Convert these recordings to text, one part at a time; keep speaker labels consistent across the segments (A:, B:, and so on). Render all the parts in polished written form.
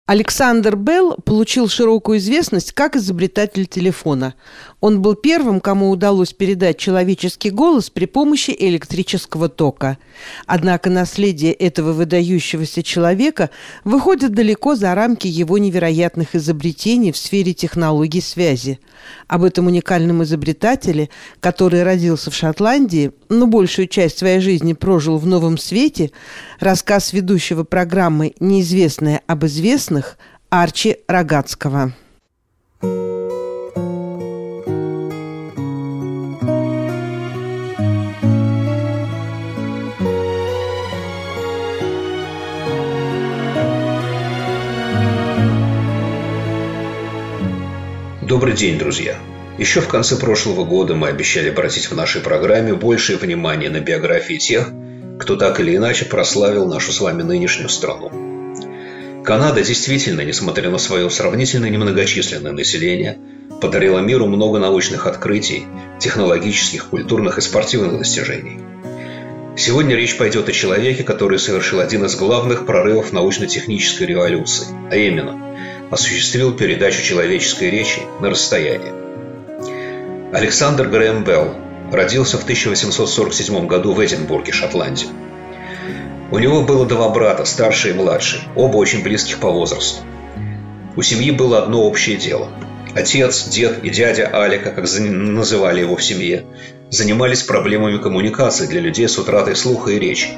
A: Александр Белл получил широкую известность как изобретатель телефона. Он был первым, кому удалось передать человеческий голос при помощи электрического тока. Однако наследие этого выдающегося человека выходит далеко за рамки его невероятных изобретений в сфере технологий связи. Об этом уникальном изобретателе, который родился в Шотландии, но большую часть своей жизни прожил в Новом Свете, рассказ ведущего программы «Неизвестное об известных» Арчи Рогатского.
B: Добрый день, друзья! Еще в конце прошлого года мы обещали обратить в нашей программе большее внимание на биографии тех, кто так или иначе прославил нашу с вами нынешнюю страну. Канада действительно, несмотря на свое сравнительно немногочисленное население, подарила миру много научных открытий, технологических, культурных и спортивных достижений. Сегодня речь пойдет о человеке, который совершил один из главных прорывов научно-технической революции, а именно осуществил передачу человеческой речи на расстоянии. Александр Грэхэм Белл родился в 1847 году в Эдинбурге, Шотландия. У него было два брата, старший и младший, оба очень близких по возрасту. У семьи было одно общее дело. Отец, дед и дядя Алика, как называли его в семье, занимались проблемами коммуникации для людей с утратой слуха и речи.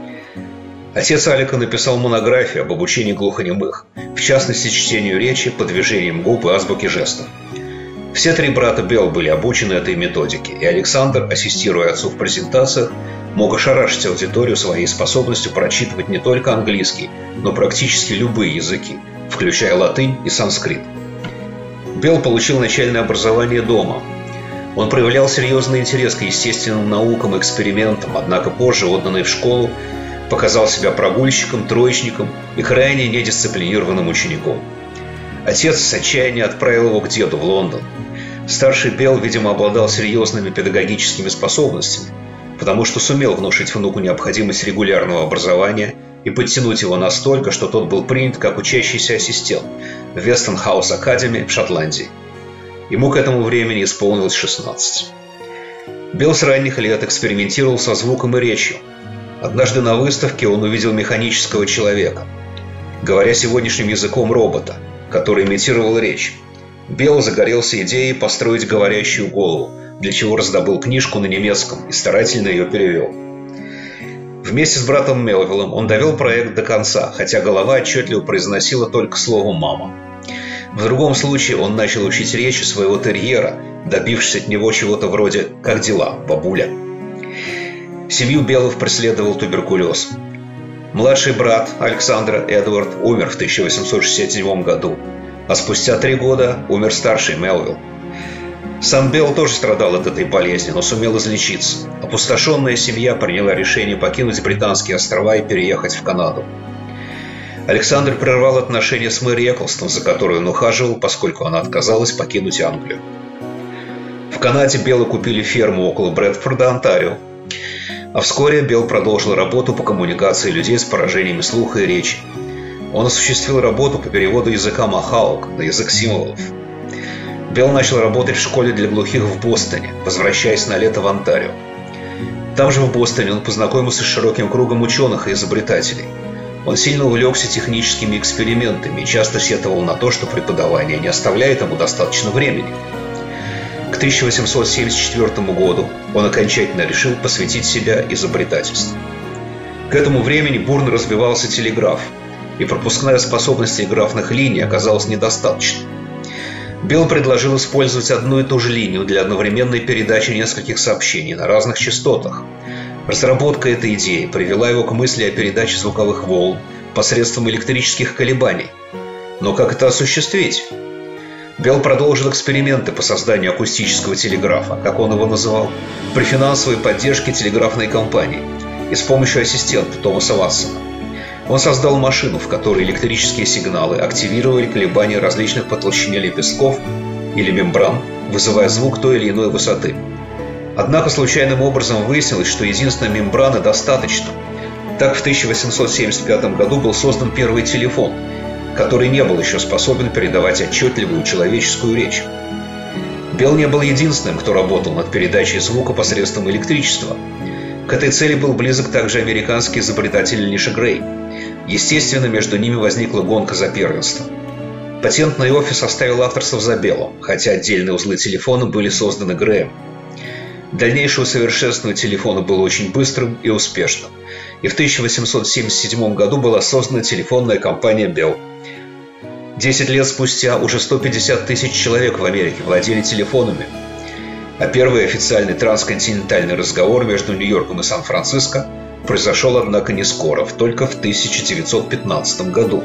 B: Отец Алика написал монографию об обучении глухонемых, в частности, чтению речи, подвижением губ и азбуке жестов. Все три брата Белл были обучены этой методике, и Александр, ассистируя отцу в презентациях, мог ошарашить аудиторию своей способностью прочитывать не только английский, но практически любые языки, включая латынь и санскрит. Белл получил начальное образование дома. Он проявлял серьезный интерес к естественным наукам и экспериментам, однако позже, отданный в школу, показал себя прогульщиком, троечником и крайне недисциплинированным учеником. Отец с отчаяния отправил его к деду в Лондон. Старший Белл, видимо, обладал серьезными педагогическими способностями, потому что сумел внушить внуку необходимость регулярного образования и подтянуть его настолько, что тот был принят как учащийся ассистент в Вестон-хаус Академи в Шотландии. Ему к этому времени исполнилось 16. Белл с ранних лет экспериментировал со звуком и речью. Однажды на выставке он увидел механического человека, говоря сегодняшним языком робота, который имитировал речь. Белл загорелся идеей построить говорящую голову, для чего раздобыл книжку на немецком и старательно ее перевел. Вместе с братом Мелвиллом он довел проект до конца, хотя голова отчетливо произносила только слово «мама». В другом случае он начал учить речи своего терьера, добившись от него чего-то вроде «как дела, бабуля?». Семью Беллов преследовал туберкулез. Младший брат Александра, Эдвард, умер в 1867 году, а спустя 3 года умер старший Мелвилл. Сам Белл тоже страдал от этой болезни, но сумел излечиться. Опустошенная семья приняла решение покинуть Британские острова и переехать в Канаду. Александр прервал отношения с Мэри Эклстон, за которой он ухаживал, поскольку она отказалась покинуть Англию. В Канаде Беллы купили ферму около Брэдфорда, Онтарио. А вскоре Белл продолжил работу по коммуникации людей с поражениями слуха и речи. Он осуществил работу по переводу языка махаук на язык символов. Белл начал работать в школе для глухих в Бостоне, возвращаясь на лето в Онтарио. Там же в Бостоне он познакомился с широким кругом ученых и изобретателей. Он сильно увлекся техническими экспериментами и часто сетовал на то, что преподавание не оставляет ему достаточно времени. К 1874 году он окончательно решил посвятить себя изобретательству. К этому времени бурно развивался телеграф, и пропускная способность телеграфных линий оказалась недостаточной. Белл предложил использовать одну и ту же линию для одновременной передачи нескольких сообщений на разных частотах. Разработка этой идеи привела его к мысли о передаче звуковых волн посредством электрических колебаний. Но как это осуществить? Белл продолжил эксперименты по созданию акустического телеграфа, как он его называл, при финансовой поддержке телеграфной компании и с помощью ассистента Томаса Ватсона. Он создал машину, в которой электрические сигналы активировали колебания различных по толщине лепестков или мембран, вызывая звук той или иной высоты. Однако случайным образом выяснилось, что единственной мембраны достаточно. Так в 1875 году был создан первый телефон, который не был еще способен передавать отчетливую человеческую речь. Белл не был единственным, кто работал над передачей звука посредством электричества. К этой цели был близок также американский изобретатель Элиша Грей. Естественно, между ними возникла гонка за первенство. Патентный офис оставил авторство за Беллом, хотя отдельные узлы телефона были созданы Греем. Дальнейшее усовершенствование телефона было очень быстрым и успешным, и в 1877 году была создана телефонная компания Bell. 10 лет спустя уже 150 тысяч человек в Америке владели телефонами, а первый официальный трансконтинентальный разговор между Нью-Йорком и Сан-Франциско произошел, однако, не скоро, только в 1915 году.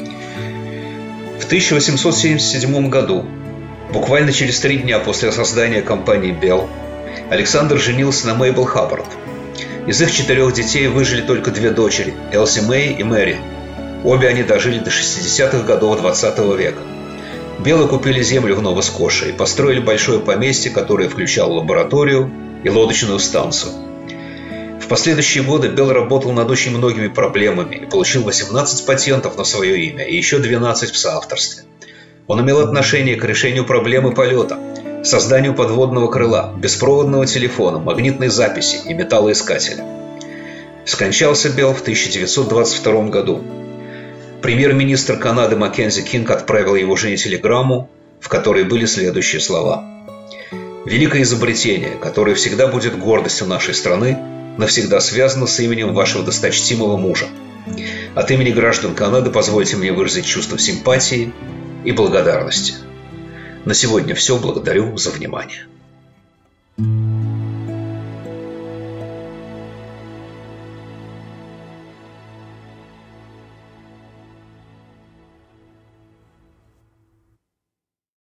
B: В 1877 году, буквально через 3 дня после создания компании Bell, Александр женился на Мейбл Хаббард. Из их 4 детей выжили только 2 дочери – Элси Мэй и Мэри. Обе они дожили до 60-х годов 20 века. Беллы купили землю в Нова-Скоше и построили большое поместье, которое включало лабораторию и лодочную станцию. В последующие годы Белл работал над очень многими проблемами и получил 18 патентов на свое имя и еще 12 в соавторстве. Он имел отношение к решению проблемы полета, созданию подводного крыла, беспроводного телефона, магнитной записи и металлоискателя. Скончался Белл в 1922 году. Премьер-министр Канады Маккензи Кинг отправил его жене телеграмму, в которой были следующие слова: «Великое изобретение, которое всегда будет гордостью нашей страны, навсегда связано с именем вашего досточтимого мужа. От имени граждан Канады позвольте мне выразить чувство симпатии и благодарности. На сегодня все. Благодарю за внимание».